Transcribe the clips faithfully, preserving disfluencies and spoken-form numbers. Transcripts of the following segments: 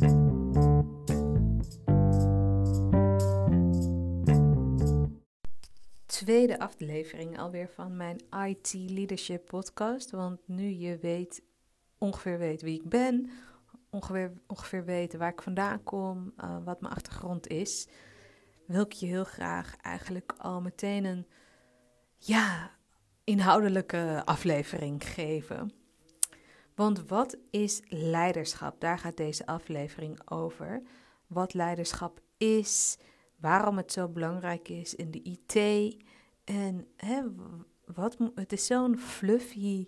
Tweede aflevering alweer van mijn I T Leadership podcast. Want nu je weet, ongeveer weet wie ik ben, ongeveer, ongeveer weet waar ik vandaan kom, uh, wat mijn achtergrond is, wil ik je heel graag eigenlijk al meteen een ja, inhoudelijke aflevering geven. Want wat is leiderschap? Daar gaat deze aflevering over. Wat leiderschap is, waarom het zo belangrijk is in de I T. En hè, wat, het is zo'n fluffy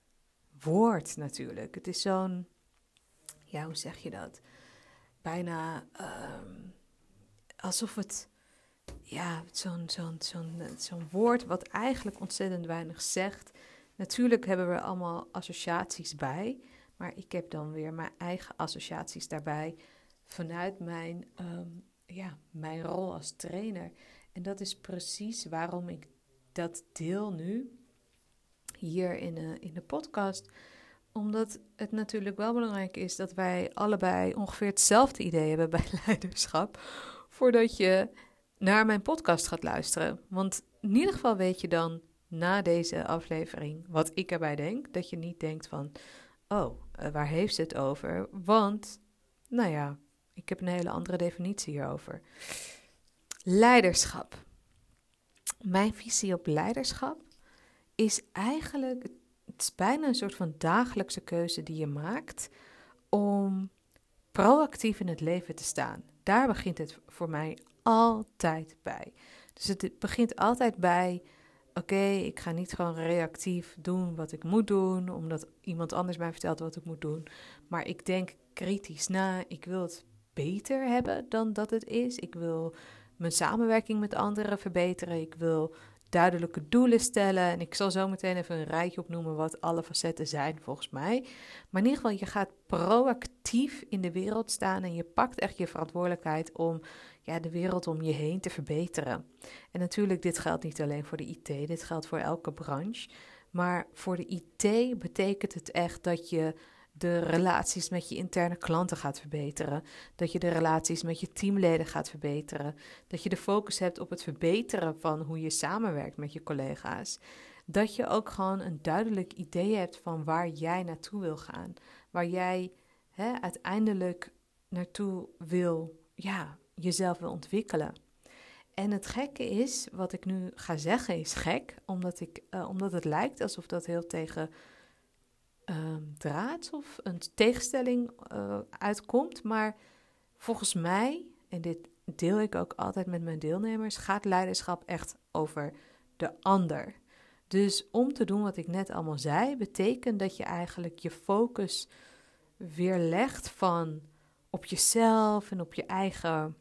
woord natuurlijk. Het is zo'n, ja, hoe zeg je dat? Bijna um, alsof het, ja, zo'n, zo'n, zo'n, zo'n woord wat eigenlijk ontzettend weinig zegt. Natuurlijk hebben we allemaal associaties bij, maar ik heb dan weer mijn eigen associaties daarbij vanuit mijn, um, ja, mijn rol als trainer. En dat is precies waarom ik dat deel nu hier in de, in de podcast. Omdat het natuurlijk wel belangrijk is dat wij allebei ongeveer hetzelfde idee hebben bij leiderschap, voordat je naar mijn podcast gaat luisteren. Want in ieder geval weet je dan na deze aflevering wat ik erbij denk. Dat je niet denkt van, oh, waar heeft ze het over? Want, nou ja, ik heb een hele andere definitie hierover. Leiderschap. Mijn visie op leiderschap is eigenlijk, het is bijna een soort van dagelijkse keuze die je maakt om proactief in het leven te staan. Daar begint het voor mij altijd bij. Dus het begint altijd bij, oké, okay, ik ga niet gewoon reactief doen wat ik moet doen, omdat iemand anders mij vertelt wat ik moet doen. Maar ik denk kritisch na, ik wil het beter hebben dan dat het is. Ik wil mijn samenwerking met anderen verbeteren. Ik wil duidelijke doelen stellen. En ik zal zo meteen even een rijtje opnoemen wat alle facetten zijn volgens mij. Maar in ieder geval, je gaat proactief in de wereld staan en je pakt echt je verantwoordelijkheid om ja, de wereld om je heen te verbeteren. En natuurlijk, dit geldt niet alleen voor de I T, dit geldt voor elke branche. Maar voor de I T betekent het echt dat je de relaties met je interne klanten gaat verbeteren. Dat je de relaties met je teamleden gaat verbeteren. Dat je de focus hebt op het verbeteren van hoe je samenwerkt met je collega's. Dat je ook gewoon een duidelijk idee hebt van waar jij naartoe wil gaan. Waar jij hè, uiteindelijk naartoe wil, ja, jezelf wil ontwikkelen. En het gekke is, wat ik nu ga zeggen is gek, omdat, ik, uh, omdat het lijkt alsof dat heel tegen Um, draad of een tegenstelling uh, uitkomt. Maar volgens mij, en dit deel ik ook altijd met mijn deelnemers, gaat leiderschap echt over de ander. Dus om te doen wat ik net allemaal zei, betekent dat je eigenlijk je focus weer legt van op jezelf en op je eigen,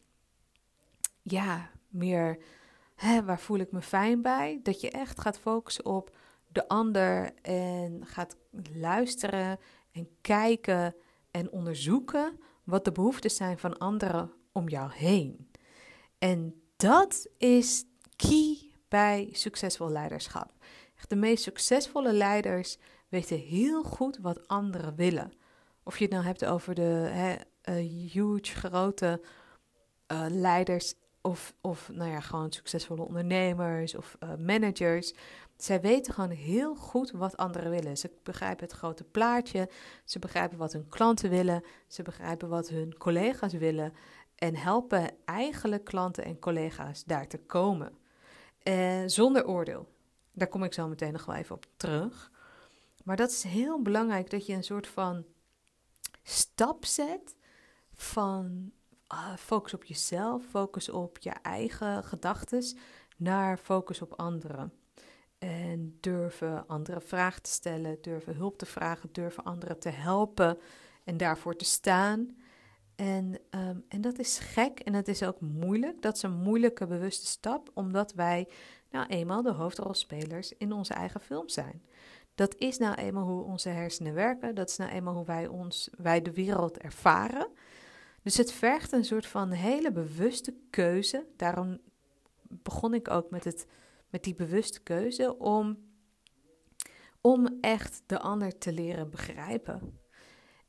ja, meer, hè, waar voel ik me fijn bij? Dat je echt gaat focussen op de ander en gaat luisteren en kijken en onderzoeken wat de behoeftes zijn van anderen om jou heen. En dat is key bij succesvol leiderschap. Echt, de meest succesvolle leiders weten heel goed wat anderen willen. Of je het nou hebt over de hè, uh, huge, grote uh, leiders of, of nou ja, gewoon succesvolle ondernemers of uh, managers. Zij weten gewoon heel goed wat anderen willen. Ze begrijpen het grote plaatje. Ze begrijpen wat hun klanten willen. Ze begrijpen wat hun collega's willen. En helpen eigenlijk klanten en collega's daar te komen. Eh, zonder oordeel. Daar kom ik zo meteen nog wel even op terug. Maar dat is heel belangrijk dat je een soort van stap zet van uh, focus op jezelf, focus op je eigen gedachtes, naar focus op anderen. En durven andere vragen te stellen, durven hulp te vragen, durven anderen te helpen en daarvoor te staan. En, um, en dat is gek en dat is ook moeilijk. Dat is een moeilijke bewuste stap, omdat wij nou eenmaal de hoofdrolspelers in onze eigen film zijn. Dat is nou eenmaal hoe onze hersenen werken. Dat is nou eenmaal hoe wij, ons, wij de wereld ervaren. Dus het vergt een soort van hele bewuste keuze. Daarom begon ik ook met, het, met die bewuste keuze om, om echt de ander te leren begrijpen.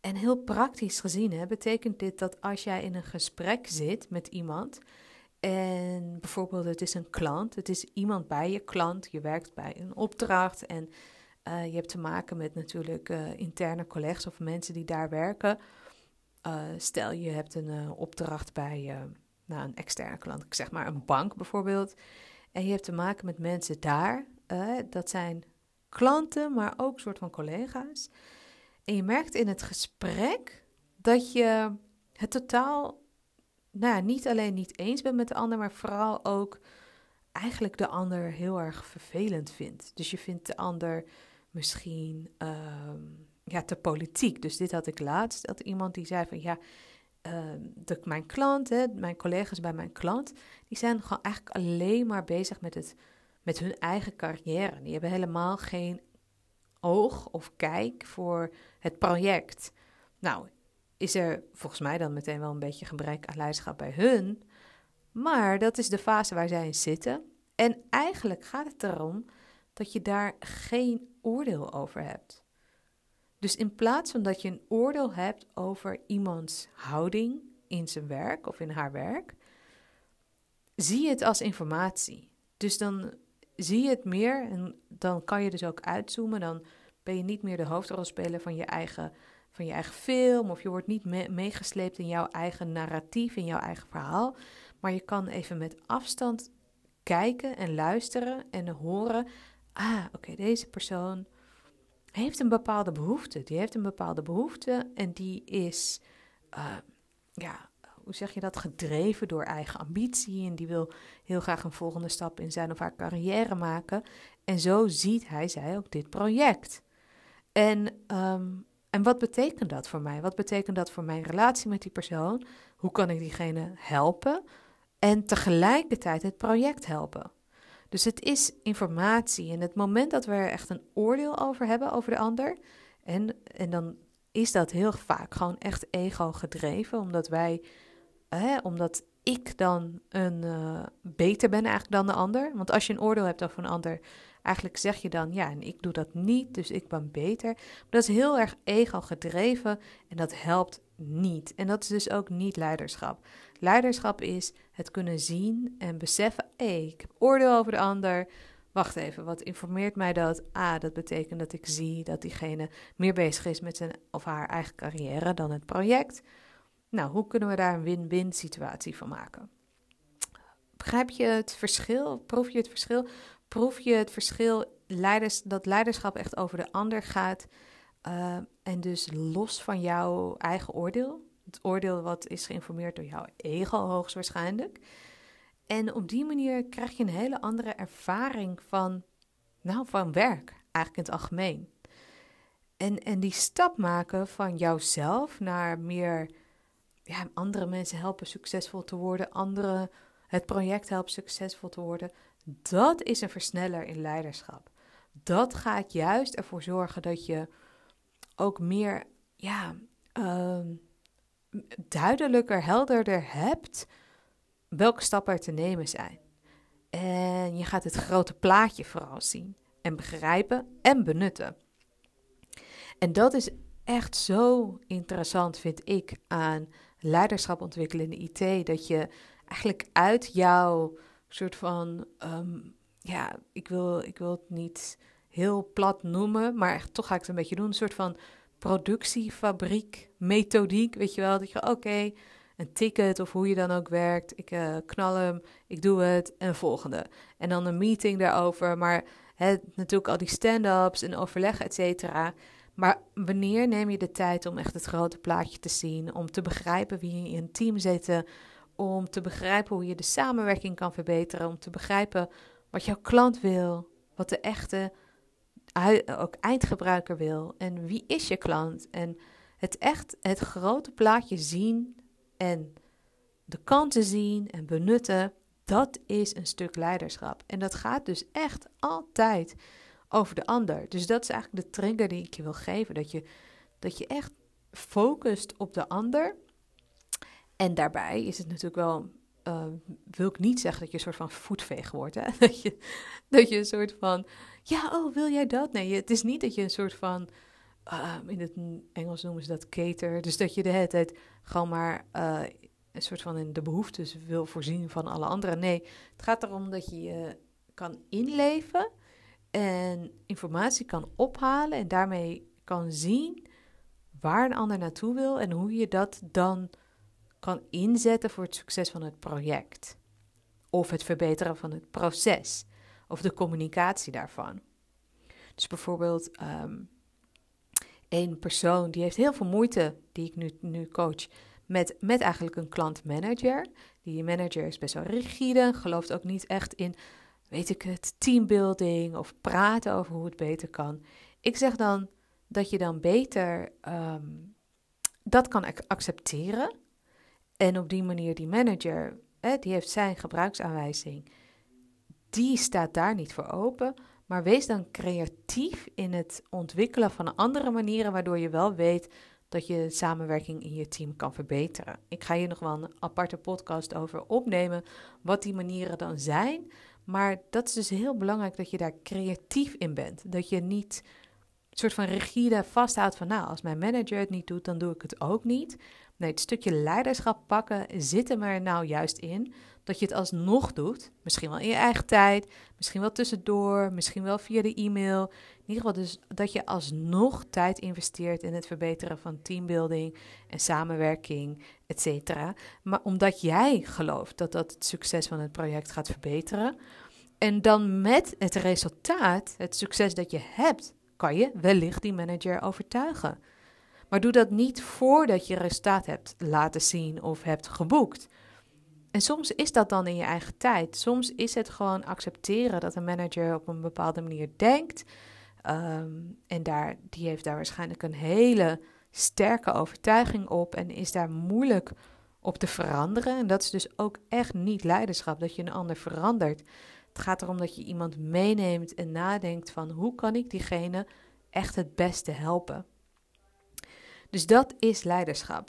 En heel praktisch gezien hè, betekent dit dat als jij in een gesprek zit met iemand en bijvoorbeeld het is een klant, het is iemand bij je klant, je werkt bij een opdracht en uh, je hebt te maken met natuurlijk uh, interne collega's of mensen die daar werken. Uh, stel je hebt een uh, opdracht bij uh, nou, een externe klant, ik zeg maar een bank bijvoorbeeld, en je hebt te maken met mensen daar, uh, dat zijn klanten, maar ook een soort van collega's. En je merkt in het gesprek dat je het totaal, nou ja, niet alleen niet eens bent met de ander, maar vooral ook eigenlijk de ander heel erg vervelend vindt. Dus je vindt de ander misschien um, ja, te politiek. Dus dit had ik laatst, dat iemand die zei van ja, uh, de, mijn klant, hè, mijn collega's bij mijn klant, die zijn gewoon eigenlijk alleen maar bezig met, het, met hun eigen carrière. Die hebben helemaal geen oog of kijk voor het project. Nou, is er volgens mij dan meteen wel een beetje gebrek aan leiderschap bij hun. Maar dat is de fase waar zij in zitten. En eigenlijk gaat het erom dat je daar geen oordeel over hebt. Dus in plaats van dat je een oordeel hebt over iemands houding in zijn werk of in haar werk, zie je het als informatie. Dus dan zie je het meer en dan kan je dus ook uitzoomen. Dan ben je niet meer de hoofdrolspeler van je eigen, van je eigen film, of je wordt niet me- meegesleept in jouw eigen narratief, in jouw eigen verhaal. Maar je kan even met afstand kijken en luisteren en horen. Ah, oké, okay, deze persoon heeft een bepaalde behoefte. Die heeft een bepaalde behoefte en die is, uh, ja, hoe zeg je dat, gedreven door eigen ambitie. En die wil heel graag een volgende stap in zijn of haar carrière maken. En zo ziet hij, zij ook dit project. En, um, en wat betekent dat voor mij? Wat betekent dat voor mijn relatie met die persoon? Hoe kan ik diegene helpen? En tegelijkertijd het project helpen. Dus het is informatie. En het moment dat we er echt een oordeel over hebben, over de ander. En, en dan is dat heel vaak gewoon echt ego gedreven. Omdat wij, hè, omdat ik dan een uh, beter ben eigenlijk dan de ander. Want als je een oordeel hebt over een ander, eigenlijk zeg je dan, ja, en ik doe dat niet, dus ik ben beter. Maar dat is heel erg ego gedreven en dat helpt niet. En dat is dus ook niet leiderschap. Leiderschap is het kunnen zien en beseffen, hé, hey, ik heb oordeel over de ander. Wacht even, wat informeert mij dat? Ah, dat betekent dat ik zie dat diegene meer bezig is met zijn of haar eigen carrière dan het project. Nou, hoe kunnen we daar een win-win situatie van maken? Begrijp je het verschil? Proef je het verschil? Proef je het verschil leiders, dat leiderschap echt over de ander gaat uh, en dus los van jouw eigen oordeel? Het oordeel wat is geïnformeerd door jouw ego hoogstwaarschijnlijk. En op die manier krijg je een hele andere ervaring van, nou, van werk, eigenlijk in het algemeen. En, en die stap maken van jouzelf naar meer, ja, andere mensen helpen succesvol te worden, anderen het project helpen succesvol te worden, dat is een versneller in leiderschap. Dat gaat juist ervoor zorgen dat je ook meer, ja, uh, duidelijker, helderder hebt welke stappen er te nemen zijn. En je gaat het grote plaatje vooral zien en begrijpen en benutten. En dat is echt zo interessant, vind ik, aan leiderschap ontwikkelen in de I T, dat je eigenlijk uit jouw soort van, um, ja, ik wil, ik wil het niet heel plat noemen, maar echt, toch ga ik het een beetje doen, een soort van productiefabriek, methodiek, weet je wel, dat je, oké, okay, een ticket of hoe je dan ook werkt, ik uh, knal hem, ik doe het en volgende. En dan een meeting daarover, maar hè, natuurlijk al die stand-ups en overleg, et cetera. Maar wanneer neem je de tijd om echt het grote plaatje te zien, om te begrijpen wie in een team zitten, om te begrijpen hoe je de samenwerking kan verbeteren, om te begrijpen wat jouw klant wil, wat de echte ook eindgebruiker wil en wie is je klant. En het echt het grote plaatje zien en de kansen zien en benutten, dat is een stuk leiderschap. En dat gaat dus echt altijd over de ander. Dus dat is eigenlijk de trigger die ik je wil geven, dat je, dat je echt focust op de ander. En daarbij is het natuurlijk wel, uh, wil ik niet zeggen dat je een soort van voetveeg wordt. Hè? Dat je, dat je een soort van, ja, oh, wil jij dat? Nee, het is niet dat je een soort van uh, in het Engels noemen ze dat cater. Dus dat je de hele tijd gewoon maar uh, een soort van in de behoeftes wil voorzien van alle anderen. Nee, het gaat erom dat je je kan inleven en informatie kan ophalen en daarmee kan zien waar een ander naartoe wil en hoe je dat dan kan inzetten voor het succes van het project. Of het verbeteren van het proces. Of de communicatie daarvan. Dus bijvoorbeeld um, een persoon die heeft heel veel moeite, die ik nu, nu coach, met, met eigenlijk een klantmanager. Die manager is best wel rigide, gelooft ook niet echt in, weet ik het, teambuilding of praten over hoe het beter kan. Ik zeg dan dat je dan beter um, dat kan accepteren. En op die manier die manager, hè, die heeft zijn gebruiksaanwijzing, die staat daar niet voor open. Maar wees dan creatief in het ontwikkelen van andere manieren, waardoor je wel weet dat je samenwerking in je team kan verbeteren. Ik ga hier nog wel een aparte podcast over opnemen, wat die manieren dan zijn. Maar dat is dus heel belangrijk dat je daar creatief in bent. Dat je niet een soort van rigide vasthoudt van, nou, als mijn manager het niet doet, dan doe ik het ook niet. Nee, het stukje leiderschap pakken zit er maar nou juist in dat je het alsnog doet. Misschien wel in je eigen tijd, misschien wel tussendoor, misschien wel via de e-mail. In ieder geval dus dat je alsnog tijd investeert in het verbeteren van teambuilding en samenwerking, et cetera. Maar omdat jij gelooft dat dat het succes van het project gaat verbeteren. En dan met het resultaat, het succes dat je hebt, kan je wellicht die manager overtuigen. Maar doe dat niet voordat je resultaat hebt laten zien of hebt geboekt. En soms is dat dan in je eigen tijd. Soms is het gewoon accepteren dat een manager op een bepaalde manier denkt. Um, en daar, die heeft daar waarschijnlijk een hele sterke overtuiging op en is daar moeilijk op te veranderen. En dat is dus ook echt niet leiderschap, dat je een ander verandert. Het gaat erom dat je iemand meeneemt en nadenkt van hoe kan ik diegene echt het beste helpen. Dus dat is leiderschap.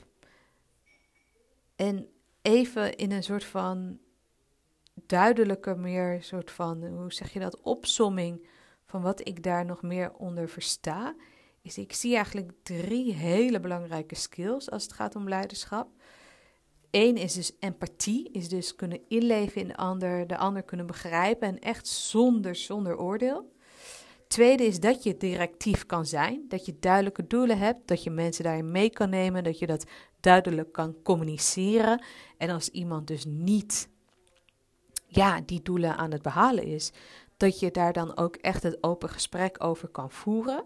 En even in een soort van duidelijke meer soort van, hoe zeg je dat, opsomming van wat ik daar nog meer onder versta, is ik zie eigenlijk drie hele belangrijke skills als het gaat om leiderschap. Eén is dus empathie, is dus kunnen inleven in de ander, de ander kunnen begrijpen en echt zonder, zonder oordeel. Tweede is dat je directief kan zijn, dat je duidelijke doelen hebt, dat je mensen daarin mee kan nemen, dat je dat duidelijk kan communiceren. En als iemand dus niet, ja, die doelen aan het behalen is, dat je daar dan ook echt het open gesprek over kan voeren.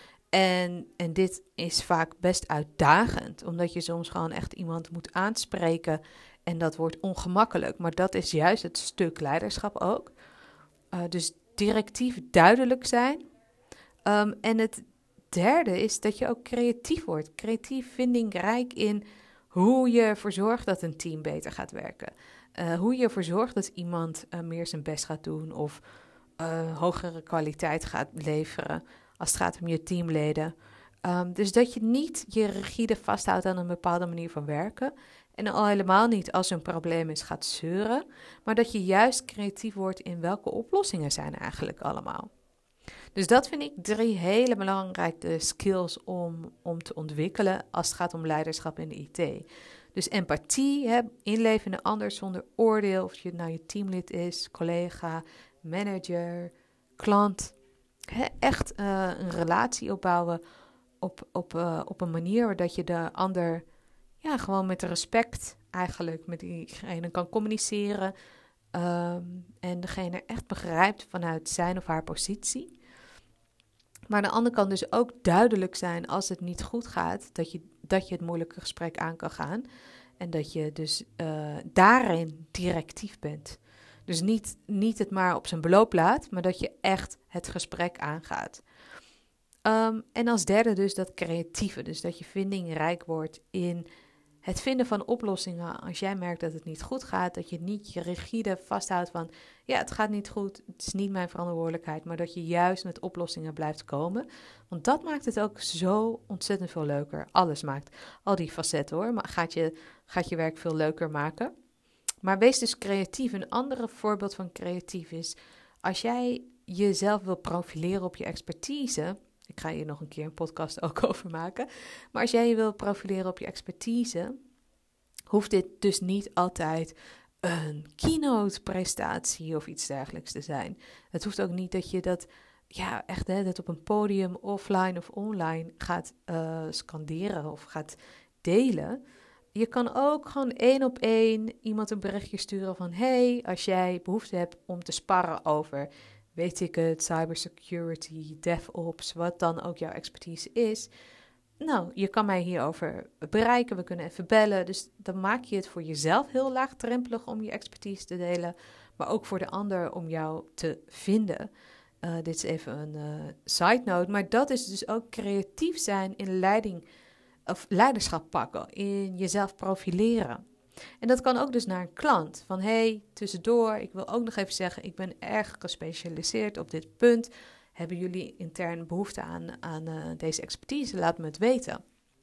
En, en dit is vaak best uitdagend, omdat je soms gewoon echt iemand moet aanspreken en dat wordt ongemakkelijk. Maar dat is juist het stuk leiderschap ook. Uh, dus directief duidelijk zijn. Um, en het derde is dat je ook creatief wordt. Creatief, vindingrijk in hoe je ervoor zorgt dat een team beter gaat werken. Uh, hoe je ervoor zorgt dat iemand uh, meer zijn best gaat doen of uh, hogere kwaliteit gaat leveren als het gaat om je teamleden. Um, dus dat je niet je rigide vasthoudt aan een bepaalde manier van werken. En al helemaal niet als er een probleem is gaat zeuren. Maar dat je juist creatief wordt in welke oplossingen zijn eigenlijk allemaal. Dus dat vind ik drie hele belangrijke skills om, om te ontwikkelen als het gaat om leiderschap in de I T. Dus empathie, hè, inleven in de ander zonder oordeel. Of je nou je teamlid is, collega, manager, klant. Hè, echt uh, een relatie opbouwen op, op, uh, op een manier waar dat je de ander ja, gewoon met respect eigenlijk met diegene kan communiceren. Um, en degene echt begrijpt vanuit zijn of haar positie. Maar aan de andere kant dus ook duidelijk zijn als het niet goed gaat, dat je, dat je het moeilijke gesprek aan kan gaan. En dat je dus uh, daarin directief bent. Dus niet, niet het maar op zijn beloop laat, maar dat je echt het gesprek aangaat. Um, en als derde dus dat creatieve, dus dat je vindingrijk wordt in het vinden van oplossingen. Als jij merkt dat het niet goed gaat, dat je niet je rigide vasthoudt van, ja, het gaat niet goed, het is niet mijn verantwoordelijkheid, maar dat je juist met oplossingen blijft komen. Want dat maakt het ook zo ontzettend veel leuker. Alles maakt, al die facetten hoor, maar gaat je, gaat je werk veel leuker maken. Maar wees dus creatief. Een andere voorbeeld van creatief is, als jij jezelf wil profileren op je expertise Ik ga hier nog een keer een podcast ook over maken. Maar als jij je wil profileren op je expertise, hoeft dit dus niet altijd een keynote prestatie of iets dergelijks te zijn. Het hoeft ook niet dat je dat, ja, echt hè, dat op een podium offline of online gaat uh, scanderen of gaat delen. Je kan ook gewoon één op één iemand een berichtje sturen van, hey, als jij behoefte hebt om te sparren over, weet ik het, cybersecurity, DevOps, wat dan ook jouw expertise is. Nou, je kan mij hierover bereiken, we kunnen even bellen. Dus dan maak je het voor jezelf heel laagdrempelig om je expertise te delen, maar ook voor de ander om jou te vinden. Uh, dit is even een uh, side note, maar dat is dus ook creatief zijn in leiding of leiderschap pakken, in jezelf profileren. En dat kan ook dus naar een klant. Van hey, tussendoor, ik wil ook nog even zeggen, ik ben erg gespecialiseerd op dit punt. Hebben jullie intern behoefte aan, aan uh, deze expertise? Laat me het weten.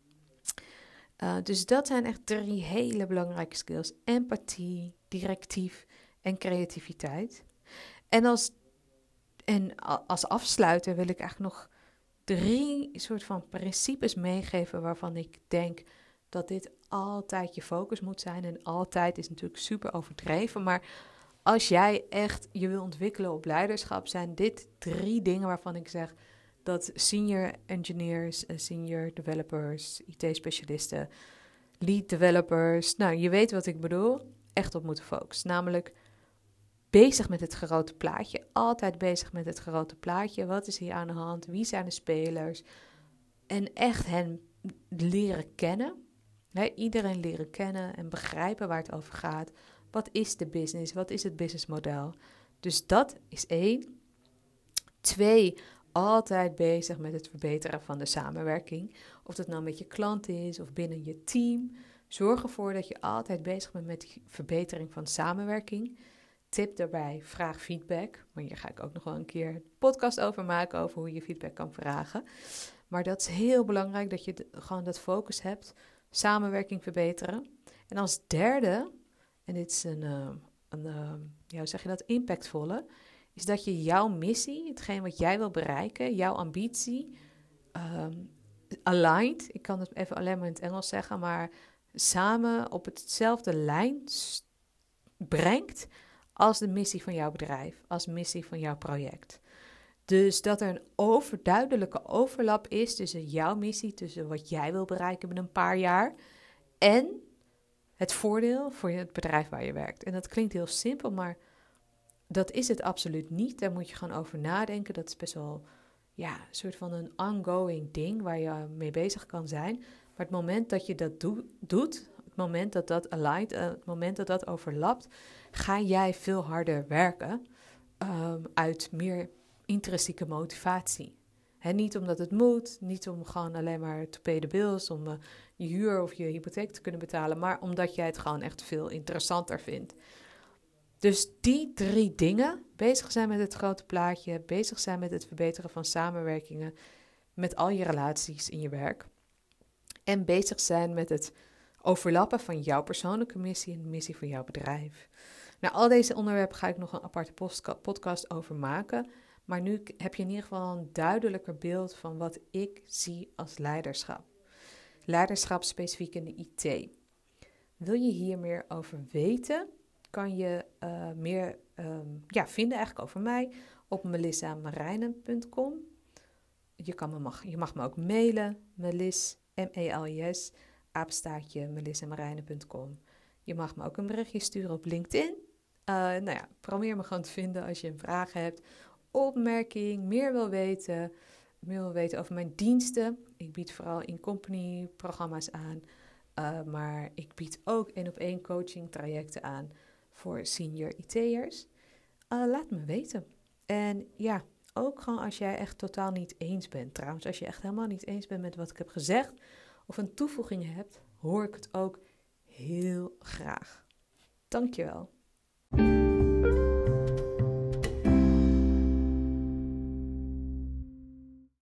Uh, dus dat zijn echt drie hele belangrijke skills. Empathie, directief en creativiteit. En als, en als afsluiter wil ik eigenlijk nog drie soort van principes meegeven waarvan ik denk dat dit altijd je focus moet zijn. En altijd is natuurlijk super overdreven, maar als jij echt je wil ontwikkelen op leiderschap, zijn dit drie dingen waarvan ik zeg dat senior engineers, senior developers, I T-specialisten, lead developers, nou je weet wat ik bedoel, echt op moeten focussen. Namelijk bezig met het grote plaatje, altijd bezig met het grote plaatje. Wat is hier aan de hand? Wie zijn de spelers? En echt hen leren kennen. He, iedereen leren kennen en begrijpen waar het over gaat. Wat is de business? Wat is het businessmodel? Dus dat is één. Twee, altijd bezig met het verbeteren van de samenwerking. Of dat nou met je klant is of binnen je team. Zorg ervoor dat je altijd bezig bent met de verbetering van samenwerking. Tip daarbij, vraag feedback. Maar hier ga ik ook nog wel een keer een podcast over maken, over hoe je feedback kan vragen. Maar dat is heel belangrijk, dat je de, gewoon dat focus hebt. Samenwerking verbeteren. En als derde, en dit is een, uh, een uh, ja, hoe zeg je dat, impactvolle, is dat je jouw missie, hetgeen wat jij wil bereiken, jouw ambitie, um, aligned, ik kan het even alleen maar in het Engels zeggen, maar samen op hetzelfde lijn st- brengt als de missie van jouw bedrijf, als missie van jouw project. Dus dat er een overduidelijke overlap is tussen jouw missie, tussen wat jij wil bereiken binnen een paar jaar en het voordeel voor het bedrijf waar je werkt. En dat klinkt heel simpel, maar dat is het absoluut niet. Daar moet je gewoon over nadenken. Dat is best wel ja, een soort van een ongoing ding waar je mee bezig kan zijn. Maar het moment dat je dat do- doet, het moment dat dat aligned, uh, het moment dat dat overlapt, ga jij veel harder werken um, uit meer intrinsieke motivatie. He, niet omdat het moet, niet om gewoon alleen maar to pay the bills, om uh, je huur of je hypotheek te kunnen betalen, maar omdat jij het gewoon echt veel interessanter vindt. Dus die drie dingen, bezig zijn met het grote plaatje, bezig zijn met het verbeteren van samenwerkingen met al je relaties in je werk en bezig zijn met het overlappen van jouw persoonlijke missie en de missie van jouw bedrijf. Nou, al deze onderwerpen ga ik nog een aparte podcast over maken. Maar nu heb je in ieder geval een duidelijker beeld van wat ik zie als leiderschap. Leiderschap specifiek in de I T. Wil je hier meer over weten? Kan je uh, meer um, ja, vinden eigenlijk over mij op melissa marijnen punt com. Je, kan me mag, je mag me ook mailen, melis, M E L I S, apenstaartje melissa marijnen punt com. Je mag me ook een berichtje sturen op LinkedIn. Uh, nou ja, probeer me gewoon te vinden als je een vraag hebt, opmerking, meer wil weten, meer wil weten over mijn diensten. Ik bied vooral in company programma's aan, uh, maar ik bied ook één op één coaching trajecten aan voor senior I T'ers. Uh, laat me weten. En ja, ook gewoon als jij echt totaal niet eens bent. Trouwens, als je echt helemaal niet eens bent met wat ik heb gezegd of een toevoeging hebt, hoor ik het ook heel graag. Dankjewel.